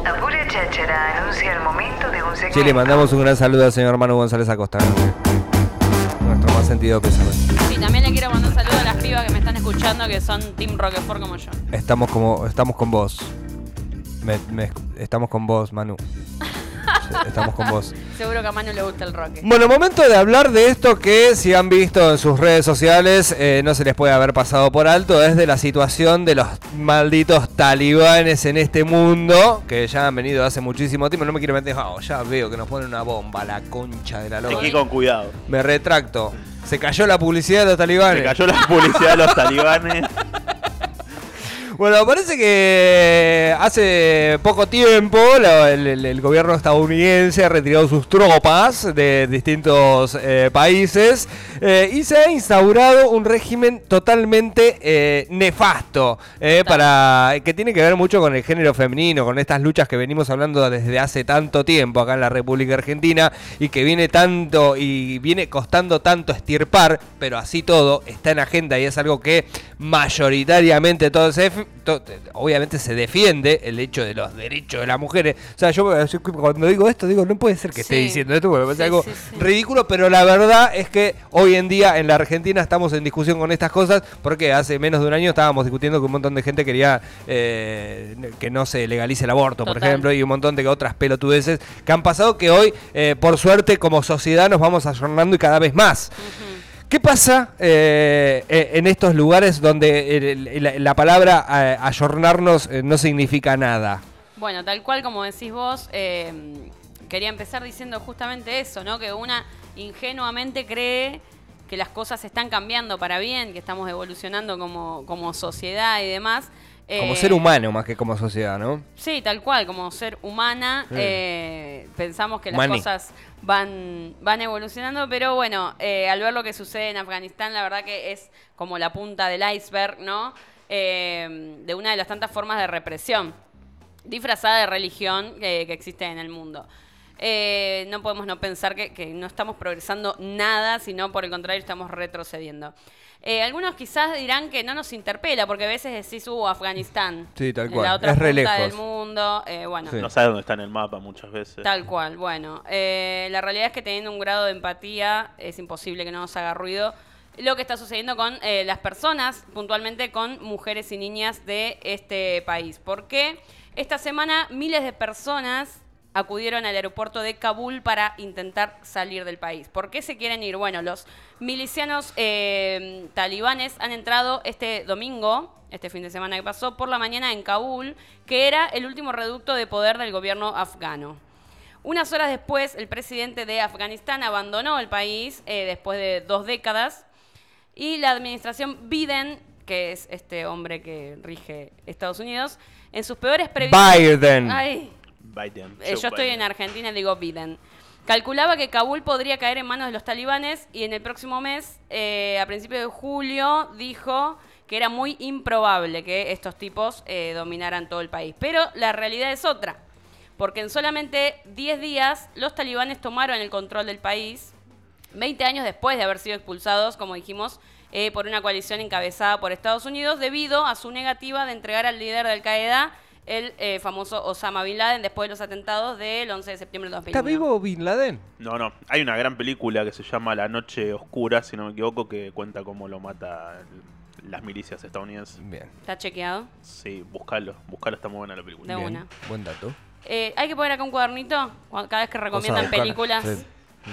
Ampura Cháchara anuncia el momento de un segmento. Sí, le mandamos un gran saludo al señor Manu González Acosta. Nuestro más sentido pésame. Sí, también le quiero mandar un saludo a las pibas que me están escuchando, que son Team Roquefort como yo. Estamos con vos. Estamos con vos, Manu. Estamos con vos. Seguro que a Manu le gusta el rock. Bueno, momento de hablar de esto que, si han visto en sus redes sociales, no se les puede haber pasado por alto, es de la situación de los malditos talibanes en este mundo, que ya han venido hace muchísimo tiempo. No me quiero meter, ya veo que nos ponen una bomba, la concha de la lora. Hay que ir con cuidado. Me retracto. Se cayó la publicidad de los talibanes. Se cayó la publicidad de los talibanes. Bueno, parece que hace poco tiempo el gobierno estadounidense ha retirado sus tropas de distintos países y se ha instaurado un régimen totalmente nefasto que tiene que ver mucho con el género femenino, con estas luchas que venimos hablando desde hace tanto tiempo acá en la República Argentina y que viene costando tanto estirpar, pero así todo está en agenda y es algo que mayoritariamente obviamente se defiende el hecho de los derechos de las mujeres. O sea, yo cuando digo esto, digo, no puede ser que esté diciendo esto, porque me parece algo ridículo, pero la verdad es que hoy en día en la Argentina estamos en discusión con estas cosas, porque hace menos de un año estábamos discutiendo que un montón de gente quería que no se legalice el aborto, por ejemplo, y un montón de otras pelotudeces que han pasado que hoy, por suerte, como sociedad nos vamos ayornando y cada vez más. ¿Qué pasa en estos lugares donde la palabra ayornarnos no significa nada? Bueno, tal cual como decís vos, quería empezar diciendo justamente eso, ¿no? Que una ingenuamente cree que las cosas están cambiando para bien, que estamos evolucionando como sociedad y demás. Como ser humano más que como sociedad, ¿no? Sí, tal cual, como ser humana, pensamos que las cosas van evolucionando, pero bueno, al ver lo que sucede en Afganistán, la verdad que es como la punta del iceberg, ¿no? De una de las tantas formas de represión disfrazada de religión que existe en el mundo. No podemos no pensar que no estamos progresando nada, sino por el contrario estamos retrocediendo. Algunos quizás dirán que no nos interpela, porque a veces decís, Afganistán. Sí, tal cual. En la otra es re punta lejos del mundo. Bueno. Sí. No sabes dónde está en el mapa muchas veces. Tal cual, bueno. La realidad es que teniendo un grado de empatía es imposible que no nos haga ruido lo que está sucediendo con las personas, puntualmente con mujeres y niñas de este país. Porque esta semana miles de personas acudieron al aeropuerto de Kabul para intentar salir del país. ¿Por qué se quieren ir? Bueno, los milicianos talibanes han entrado este domingo, este fin de semana que pasó, por la mañana en Kabul, que era el último reducto de poder del gobierno afgano. Unas horas después, el presidente de Afganistán abandonó el país después de 2 décadas y la administración Biden, que es este hombre que rige Estados Unidos, en sus peores previsiones... Biden. Yo estoy en Argentina, digo Biden. Calculaba que Kabul podría caer en manos de los talibanes y en el próximo mes, a principios de julio, dijo que era muy improbable que estos tipos dominaran todo el país. Pero la realidad es otra, porque en solamente 10 días los talibanes tomaron el control del país, 20 años después de haber sido expulsados, como dijimos, por una coalición encabezada por Estados Unidos, debido a su negativa de entregar al líder de Al-Qaeda, el famoso Osama Bin Laden, después de los atentados del 11 de septiembre de 2001. ¿Está vivo Bin Laden? No. Hay una gran película que se llama La Noche Oscura, si no me equivoco, que cuenta cómo lo mata las milicias estadounidenses. Bien. ¿Está chequeado? Sí, búscalo, está muy buena la película. De una. Buen dato. Hay que poner acá un cuadernito cada vez que recomiendan películas. Sí.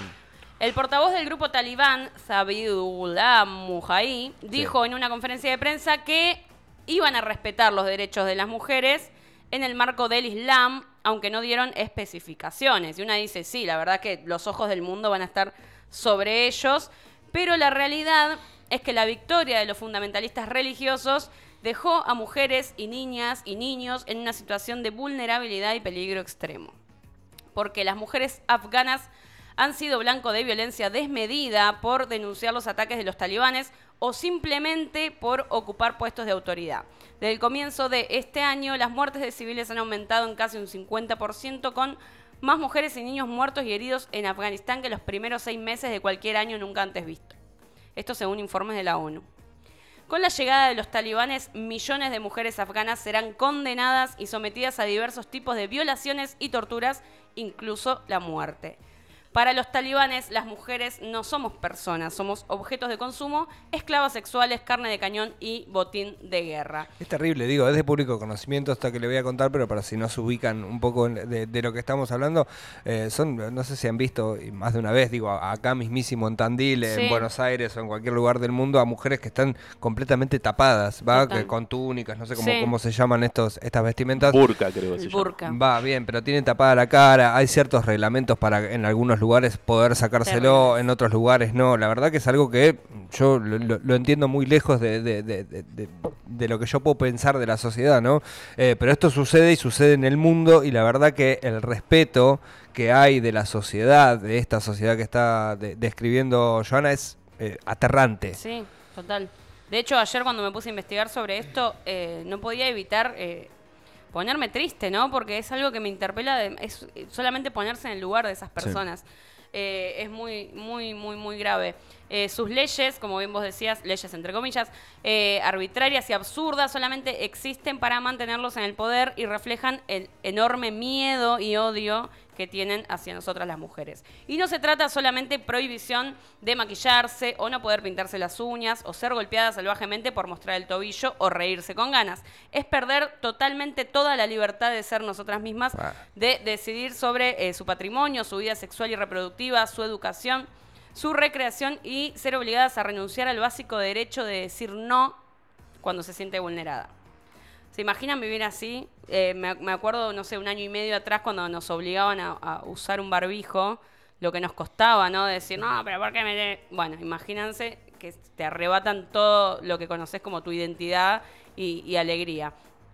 El portavoz del grupo talibán, Zabihullah Mujahid, dijo en una conferencia de prensa que iban a respetar los derechos de las mujeres en el marco del Islam, aunque no dieron especificaciones. Y una dice, sí, la verdad que los ojos del mundo van a estar sobre ellos, pero la realidad es que la victoria de los fundamentalistas religiosos dejó a mujeres y niñas y niños en una situación de vulnerabilidad y peligro extremo. Porque las mujeres afganas han sido blanco de violencia desmedida por denunciar los ataques de los talibanes o simplemente por ocupar puestos de autoridad. Desde el comienzo de este año, las muertes de civiles han aumentado en casi un 50%, con más mujeres y niños muertos y heridos en Afganistán que los primeros 6 meses de cualquier año nunca antes visto. Esto según informes de la ONU. Con la llegada de los talibanes, millones de mujeres afganas serán condenadas y sometidas a diversos tipos de violaciones y torturas, incluso la muerte. Para los talibanes, las mujeres no somos personas, somos objetos de consumo, esclavas sexuales, carne de cañón y botín de guerra. Es terrible, digo, es de público conocimiento hasta que le voy a contar, pero para si no se ubican un poco de lo que estamos hablando, no sé si han visto, y más de una vez, digo, acá mismísimo en Tandil, Sí. en Buenos Aires o en cualquier lugar del mundo, a mujeres que están completamente tapadas, ¿va? Total. Con túnicas, no sé Sí. cómo se llaman estas vestimentas. Burka, creo que El se llama. burka. Va bien, pero tienen tapada la cara, hay ciertos reglamentos para en algunos lugares poder sacárselo, Terribles. en otros lugares no. La verdad que es algo que yo lo entiendo muy lejos de lo que yo puedo pensar de la sociedad, ¿no? Pero esto sucede y sucede en el mundo, y la verdad que el respeto que hay de la sociedad, de esta sociedad que está describiendo Joana, es aterrante. Sí, total. De hecho, ayer cuando me puse a investigar sobre esto, no podía evitar ponerme triste, ¿no? Porque es algo que me interpela, es solamente ponerse en el lugar de esas personas. Es muy, muy, muy, muy grave. Sus leyes, como bien vos decías, leyes entre comillas, arbitrarias y absurdas, solamente existen para mantenerlos en el poder y reflejan el enorme miedo y odio que tienen hacia nosotras las mujeres. Y no se trata solamente de prohibición de maquillarse o no poder pintarse las uñas o ser golpeada salvajemente por mostrar el tobillo o reírse con ganas. Es perder totalmente toda la libertad de ser nosotras mismas, de decidir sobre su patrimonio, su vida sexual y reproductiva, su educación, su recreación y ser obligadas a renunciar al básico derecho de decir no cuando se siente vulnerada. ¿Se imaginan vivir así? Me acuerdo, no sé, un año y medio atrás cuando nos obligaban a usar un barbijo, lo que nos costaba, ¿no? Decir, no, pero ¿por qué me...? Bueno, imagínense que te arrebatan todo lo que conoces como tu identidad y alegría.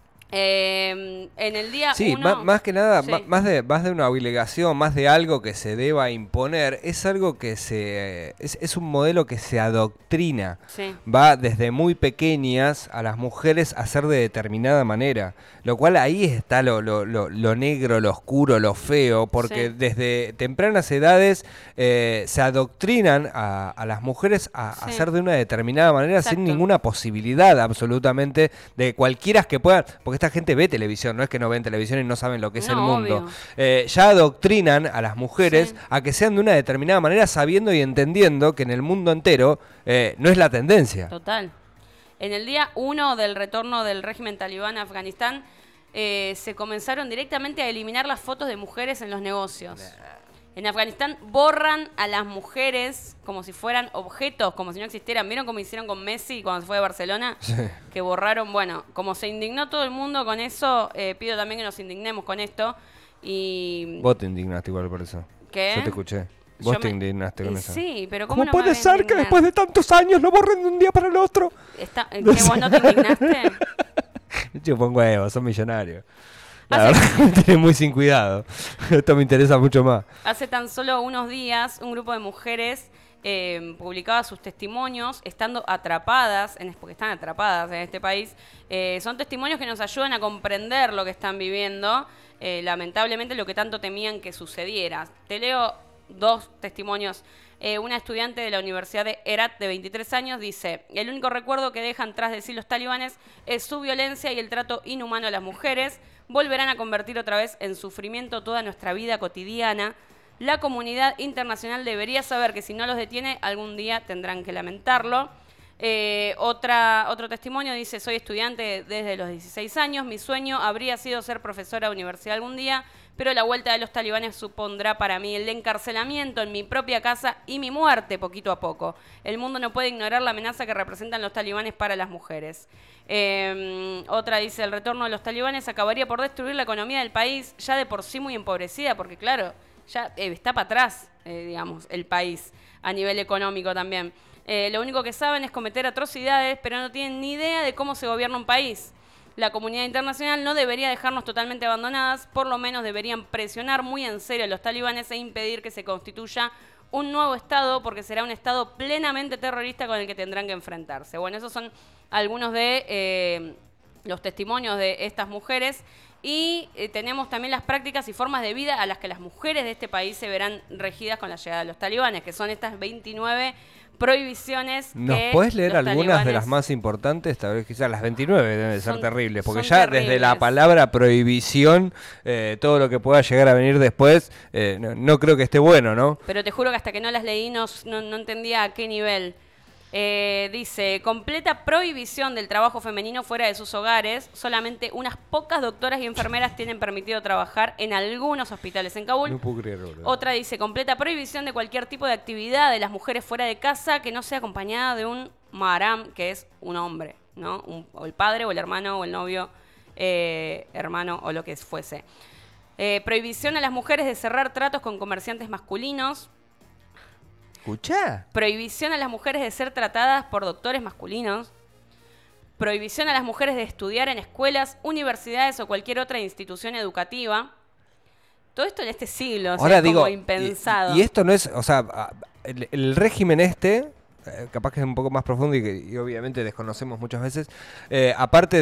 En el día Sí, 1... más que nada, Sí. más de una obligación, más de algo que se deba imponer, es algo que es un modelo que se adoctrina. Sí. Va desde muy pequeñas a las mujeres a ser de determinada manera, lo cual ahí está lo negro, lo oscuro, lo feo, porque Sí. desde tempranas edades se adoctrinan a las mujeres a Sí. ser de una determinada manera. Exacto. Sin ninguna posibilidad absolutamente de cualquiera que puedan, porque esta gente ve televisión, no es que no ven televisión y no saben lo que es el No, mundo. obvio. Ya adoctrinan a las mujeres Sí. a que sean de una determinada manera, sabiendo y entendiendo que en el mundo entero no es la tendencia. Total. En el día 1 del retorno del régimen talibán a Afganistán, se comenzaron directamente a eliminar las fotos de mujeres en los negocios. En Afganistán borran a las mujeres como si fueran objetos, como si no existieran. ¿Vieron cómo hicieron con Messi cuando se fue de Barcelona? Sí. Que borraron, bueno, como se indignó todo el mundo con eso, pido también que nos indignemos con esto. Y Vos te indignaste igual por eso. ¿Qué? Yo te escuché. Vos Yo te me- indignaste con eso. Sí, pero ¿cómo ¿Cómo no me puede voy a ser que indignar? después de tantos años lo borren de un día para el otro? ¿Que vos no te indignaste? Me chupa un huevo, son millonarios. La Hace- verdad me tienen muy sin cuidado. Esto me interesa mucho más. Hace tan solo unos días, un grupo de mujeres publicaba sus testimonios estando atrapadas, porque están atrapadas en este país. Son testimonios que nos ayudan a comprender lo que están viviendo, lamentablemente lo que tanto temían que sucediera. Te leo 2 testimonios. Una estudiante de la Universidad de Herat de 23 años dice: el único recuerdo que dejan tras de sí los talibanes es su violencia y el trato inhumano a las mujeres. Volverán a convertir otra vez en sufrimiento toda nuestra vida cotidiana. La comunidad internacional debería saber que si no los detiene, algún día tendrán que lamentarlo. Otro testimonio dice: soy estudiante desde los 16 años, mi sueño habría sido ser profesora de universidad algún día, pero la vuelta de los talibanes supondrá para mí el encarcelamiento en mi propia casa y mi muerte poquito a poco. El mundo no puede ignorar la amenaza que representan los talibanes para las mujeres. Otra dice: el retorno de los talibanes acabaría por destruir la economía del país, ya de por sí muy empobrecida, porque claro, ya está para atrás, digamos, el país, a nivel económico también. Lo único que saben es cometer atrocidades, pero no tienen ni idea de cómo se gobierna un país. La comunidad internacional no debería dejarnos totalmente abandonadas, por lo menos deberían presionar muy en serio a los talibanes e impedir que se constituya un nuevo Estado, porque será un Estado plenamente terrorista con el que tendrán que enfrentarse. Bueno, esos son algunos de los testimonios de estas mujeres. Y tenemos también las prácticas y formas de vida a las que las mujeres de este país se verán regidas con la llegada de los talibanes, que son estas 29 prohibiciones. ¿Nos que podés leer los algunas de talibanes- las más importantes? Tal vez quizás las 29 deben de ser Son- terribles, porque son ya desde la terribles. palabra prohibición, todo lo que pueda llegar a venir después, no creo que esté bueno, ¿no? Pero te juro que hasta que no las leí no entendía a qué nivel. Dice, completa prohibición del trabajo femenino fuera de sus hogares. Solamente unas pocas doctoras y enfermeras tienen permitido trabajar en algunos hospitales en Kabul. No puedo creerlo. Otra dice, completa prohibición de cualquier tipo de actividad de las mujeres fuera de casa que no sea acompañada de un mahram, que es un hombre, ¿no? O el padre, o el hermano, o el novio, hermano, o lo que fuese. Prohibición a las mujeres de cerrar tratos con comerciantes masculinos. ¿Escuchá? Prohibición a las mujeres de ser tratadas por doctores masculinos. Prohibición a las mujeres de estudiar en escuelas, universidades o cualquier otra institución educativa. Todo esto en este siglo, o sea, Ahora es digo, como impensado. y esto no es, o sea, el régimen capaz que es un poco más profundo y obviamente desconocemos muchas veces, aparte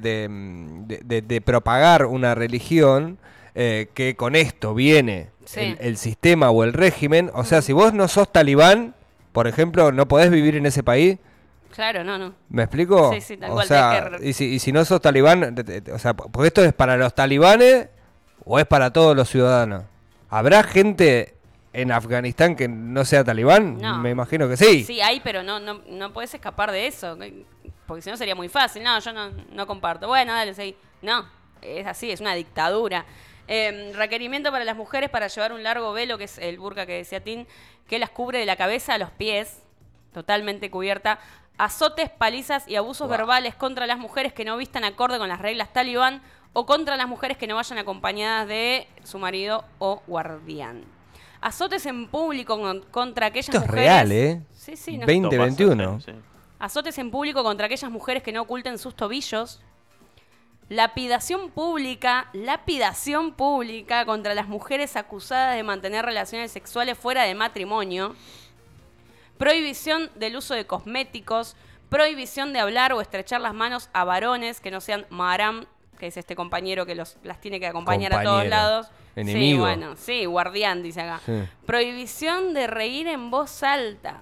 de propagar una religión, que con esto viene Sí. el sistema o el régimen, o sea, si vos no sos talibán, por ejemplo, no podés vivir en ese país. Claro, no. ¿Me explico? Sí, tal o cual, sea, tenés que- y si no sos talibán, o sea, porque esto es para los talibanes o es para todos los ciudadanos. ¿Habrá gente en Afganistán que no sea talibán? No. Me imagino que sí. Sí, hay, pero no puedes escapar de eso. Porque si no sería muy fácil. No, yo no comparto. Bueno, dale, seguí. No, es así, es una dictadura. Requerimiento para las mujeres para llevar un largo velo, que es el burka que decía Tin, que las cubre de la cabeza a los pies, totalmente cubierta. Azotes, palizas y abusos verbales contra las mujeres que no vistan acorde con las reglas talibán o contra las mujeres que no vayan acompañadas de su marido o guardián. Azotes en público contra aquellas Esto es mujeres... real, ¿eh? Sí, no. 2021. Sí. Azotes en público contra aquellas mujeres que no oculten sus tobillos. Lapidación pública contra las mujeres acusadas de mantener relaciones sexuales fuera de matrimonio. Prohibición del uso de cosméticos. Prohibición de hablar o estrechar las manos a varones que no sean mahram, que es este compañero que las tiene que acompañar a todos Compañero. lados. Enemigo. Sí, bueno, sí, guardián, dice acá. Sí. Prohibición de reír en voz alta.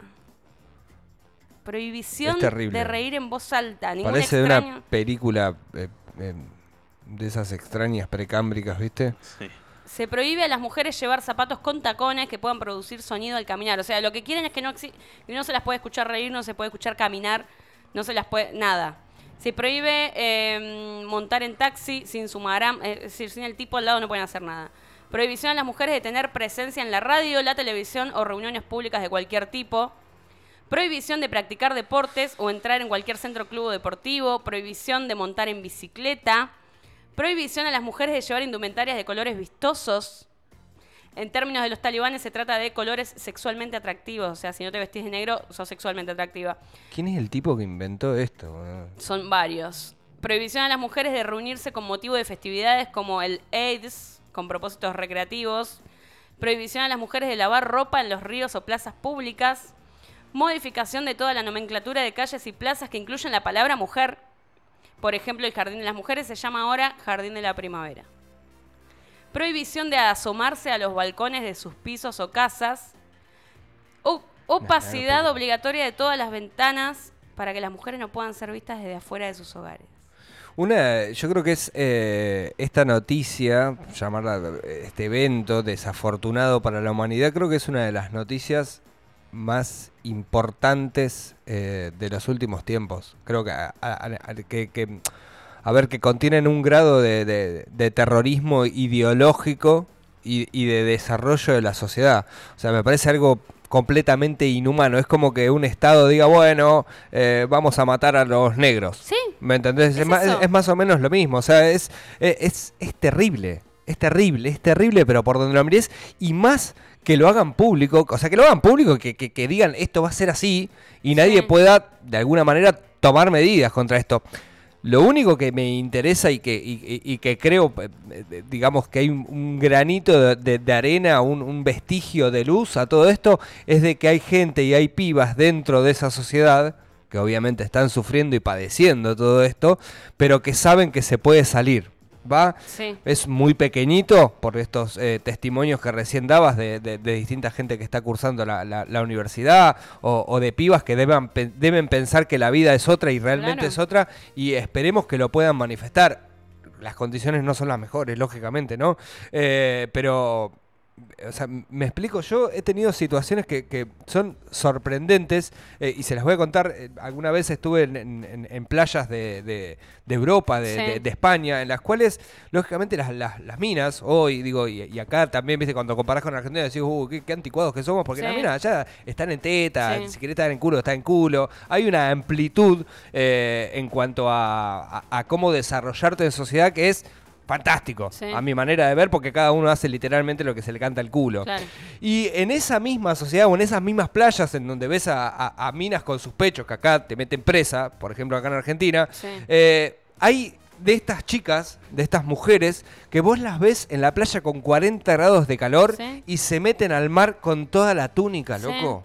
Prohibición Es terrible. de reír en voz alta. Ningún Parece de extraño. una película de esas extrañas precámbricas, ¿viste? Sí. Se prohíbe a las mujeres llevar zapatos con tacones que puedan producir sonido al caminar. O sea, lo que quieren es que no se las puede escuchar reír, no se puede escuchar caminar, no se las puede... Nada. Se prohíbe montar en taxi sin su mahram, es decir, sin el tipo al lado no pueden hacer nada. Prohibición a las mujeres de tener presencia en la radio, la televisión o reuniones públicas de cualquier tipo. Prohibición de practicar deportes o entrar en cualquier centro o club deportivo. Prohibición de montar en bicicleta. Prohibición a las mujeres de llevar indumentarias de colores vistosos. En términos de los talibanes se trata de colores sexualmente atractivos. O sea, si no te vestís de negro, sos sexualmente atractiva. ¿Quién es el tipo que inventó esto? Boludo? Son varios. Prohibición a las mujeres de reunirse con motivo de festividades como el AIDS, con propósitos recreativos. Prohibición a las mujeres de lavar ropa en los ríos o plazas públicas. Modificación de toda la nomenclatura de calles y plazas que incluyen la palabra mujer. Por ejemplo, el Jardín de las Mujeres se llama ahora Jardín de la Primavera. Prohibición de asomarse a los balcones de sus pisos o casas. Opacidad pero- obligatoria de todas las ventanas para que las mujeres no puedan ser vistas desde afuera de sus hogares. Yo creo que es esta noticia, llamarla este evento desafortunado para la humanidad, creo que es una de las noticias más importantes de los últimos tiempos. Creo que contienen un grado de terrorismo ideológico y de desarrollo de la sociedad. O sea, me parece algo completamente inhumano. Es como que un Estado diga, bueno, vamos a matar a los negros. Sí. ¿Me entendés? Es Es más, eso. es más o menos lo mismo. O sea, es terrible. Es terrible, pero por donde lo mires. Y más que lo hagan público. O sea, que lo hagan público, que digan esto va a ser así. Y nadie pueda, de alguna manera, tomar medidas contra esto. Lo único que me interesa y que creo, digamos, que hay un granito de arena, un vestigio de luz a todo esto, es de que hay gente y hay pibas dentro de esa sociedad que obviamente están sufriendo y padeciendo todo esto, pero que saben que se puede salir ¿va? Sí. Es muy pequeñito por estos testimonios que recién dabas de distinta gente que está cursando la universidad o de pibas que deben pensar que la vida es otra y realmente Claro. es otra, y esperemos que lo puedan manifestar. Las condiciones no son las mejores, lógicamente, ¿no? Pero... O sea, me explico, yo he tenido situaciones que son sorprendentes y se las voy a contar. Alguna vez estuve en playas de Europa, de España, en las cuales, lógicamente, las minas, hoy, digo, y acá también, viste, cuando comparás con Argentina, decís, qué anticuados que somos, porque las minas allá están en teta, si querés estar en culo, está en culo. Hay una amplitud en cuanto a cómo desarrollarte en sociedad que es... fantástico, a mi manera de ver, porque cada uno hace literalmente lo que se le canta al culo. Claro. Y en esa misma sociedad o en esas mismas playas en donde ves a minas con sus pechos que acá te meten presa, por ejemplo acá en Argentina, hay de estas chicas, de estas mujeres, que vos las ves en la playa con 40 grados de calor y se meten al mar con toda la túnica, loco.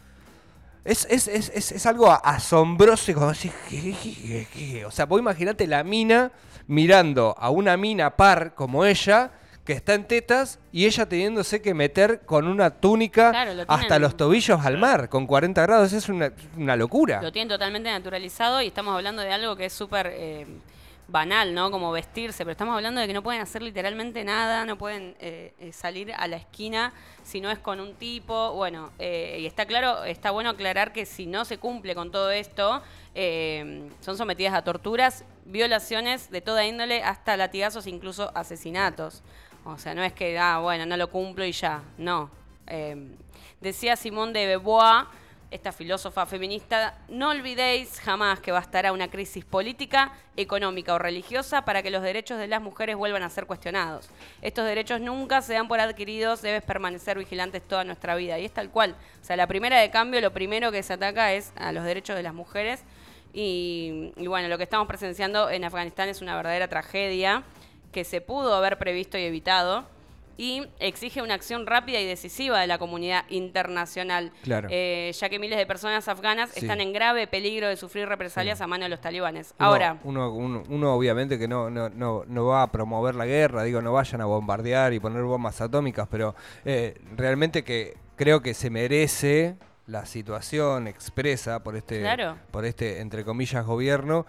Es algo asombroso y como decís, ¿qué? O sea, vos imaginate la mina mirando a una mina par como ella, que está en tetas, y ella teniéndose que meter con una túnica hasta los tobillos al mar, con 40 grados. Es una locura. Lo tienen totalmente naturalizado y estamos hablando de algo que es súper banal, ¿no? Como vestirse, pero estamos hablando de que no pueden hacer literalmente nada, no pueden salir a la esquina si no es con un tipo. Bueno, y está claro, está bueno aclarar que si no se cumple con todo esto, son sometidas a torturas, violaciones de toda índole, hasta latigazos, incluso asesinatos. O sea, no es que, bueno, no lo cumplo y ya, no. Decía Simone de Beauvoir, esta filósofa feminista, no olvidéis jamás que bastará una crisis política, económica o religiosa para que los derechos de las mujeres vuelvan a ser cuestionados. Estos derechos nunca se dan por adquiridos, debes permanecer vigilantes toda nuestra vida. Y es tal cual. O sea, la primera de cambio, lo primero que se ataca es a los derechos de las mujeres. Y bueno, lo que estamos presenciando en Afganistán es una verdadera tragedia que se pudo haber previsto y evitado. Y exige una acción rápida y decisiva de la comunidad internacional, claro. Ya que miles de personas afganas están en grave peligro de sufrir represalias a mano de los talibanes. Uno obviamente que no va a promover la guerra, digo, no vayan a bombardear y poner bombas atómicas, pero realmente que creo que se merece la situación expresa por este entre comillas gobierno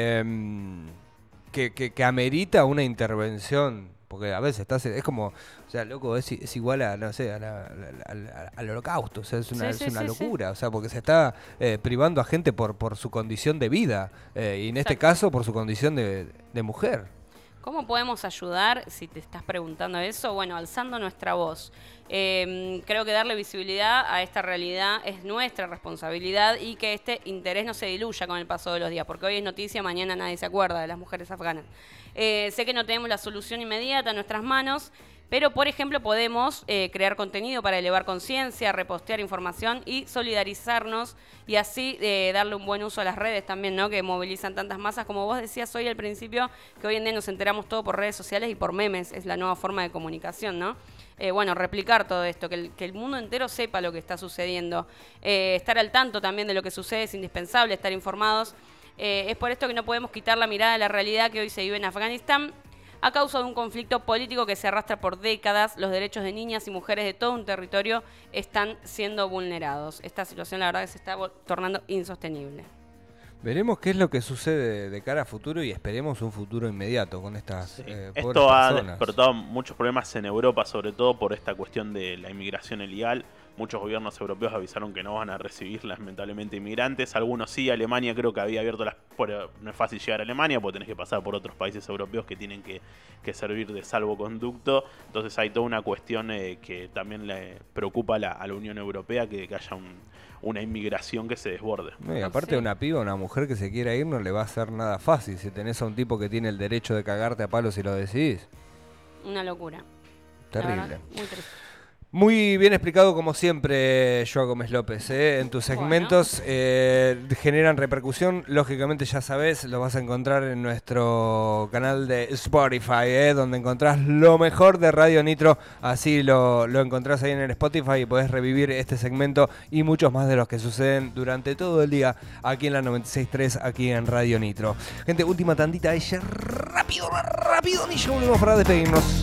que amerita una intervención. Porque a veces es como, o sea, loco, es igual a, no sé, al holocausto, o sea, es una locura, o sea, porque se está privando a gente por su condición de vida, y en este caso por su condición de mujer. ¿Cómo podemos ayudar, si te estás preguntando eso? Bueno, alzando nuestra voz. Creo que darle visibilidad a esta realidad es nuestra responsabilidad y que este interés no se diluya con el paso de los días, porque hoy es noticia, mañana nadie se acuerda de las mujeres afganas. Sé que no tenemos la solución inmediata en nuestras manos, pero, por ejemplo, podemos crear contenido para elevar conciencia, repostear información y solidarizarnos y así darle un buen uso a las redes también, ¿no? Que movilizan tantas masas. Como vos decías hoy al principio, que hoy en día nos enteramos todo por redes sociales y por memes, es la nueva forma de comunicación, ¿no? Bueno, replicar todo esto, que el mundo entero sepa lo que está sucediendo. Estar al tanto también de lo que sucede es indispensable, estar informados. Es por esto que no podemos quitar la mirada de la realidad que hoy se vive en Afganistán. A causa de un conflicto político que se arrastra por décadas, los derechos de niñas y mujeres de todo un territorio están siendo vulnerados. Esta situación, la verdad, que se está tornando insostenible. Veremos qué es lo que sucede de cara a futuro y esperemos un futuro inmediato con estas pobres Esto ha personas. despertado muchos problemas en Europa, sobre todo por esta cuestión de la inmigración ilegal. Muchos gobiernos europeos avisaron que no van a recibir lamentablemente inmigrantes. Algunos sí, Alemania creo que había abierto pero no es fácil llegar a Alemania porque tenés que pasar por otros países europeos que tienen que servir de salvoconducto. Entonces hay toda una cuestión que también le preocupa a la Unión Europea, que haya una inmigración que se desborde. Y aparte de una piba, una mujer que se quiera ir no le va a hacer nada fácil si tenés a un tipo que tiene el derecho de cagarte a palos si lo decidís. Una locura. Terrible. Verdad, muy triste. Muy bien explicado como siempre, Joa Gómez López. En tus segmentos generan repercusión. Lógicamente ya sabes, lo vas a encontrar en nuestro canal de Spotify, donde encontrás lo mejor de Radio Nitro. Así lo encontrás ahí en el Spotify y podés revivir este segmento y muchos más de los que suceden durante todo el día aquí en la 96.3, aquí en Radio Nitro. Gente, última tandita, rápido, ni ya volvemos para despedirnos.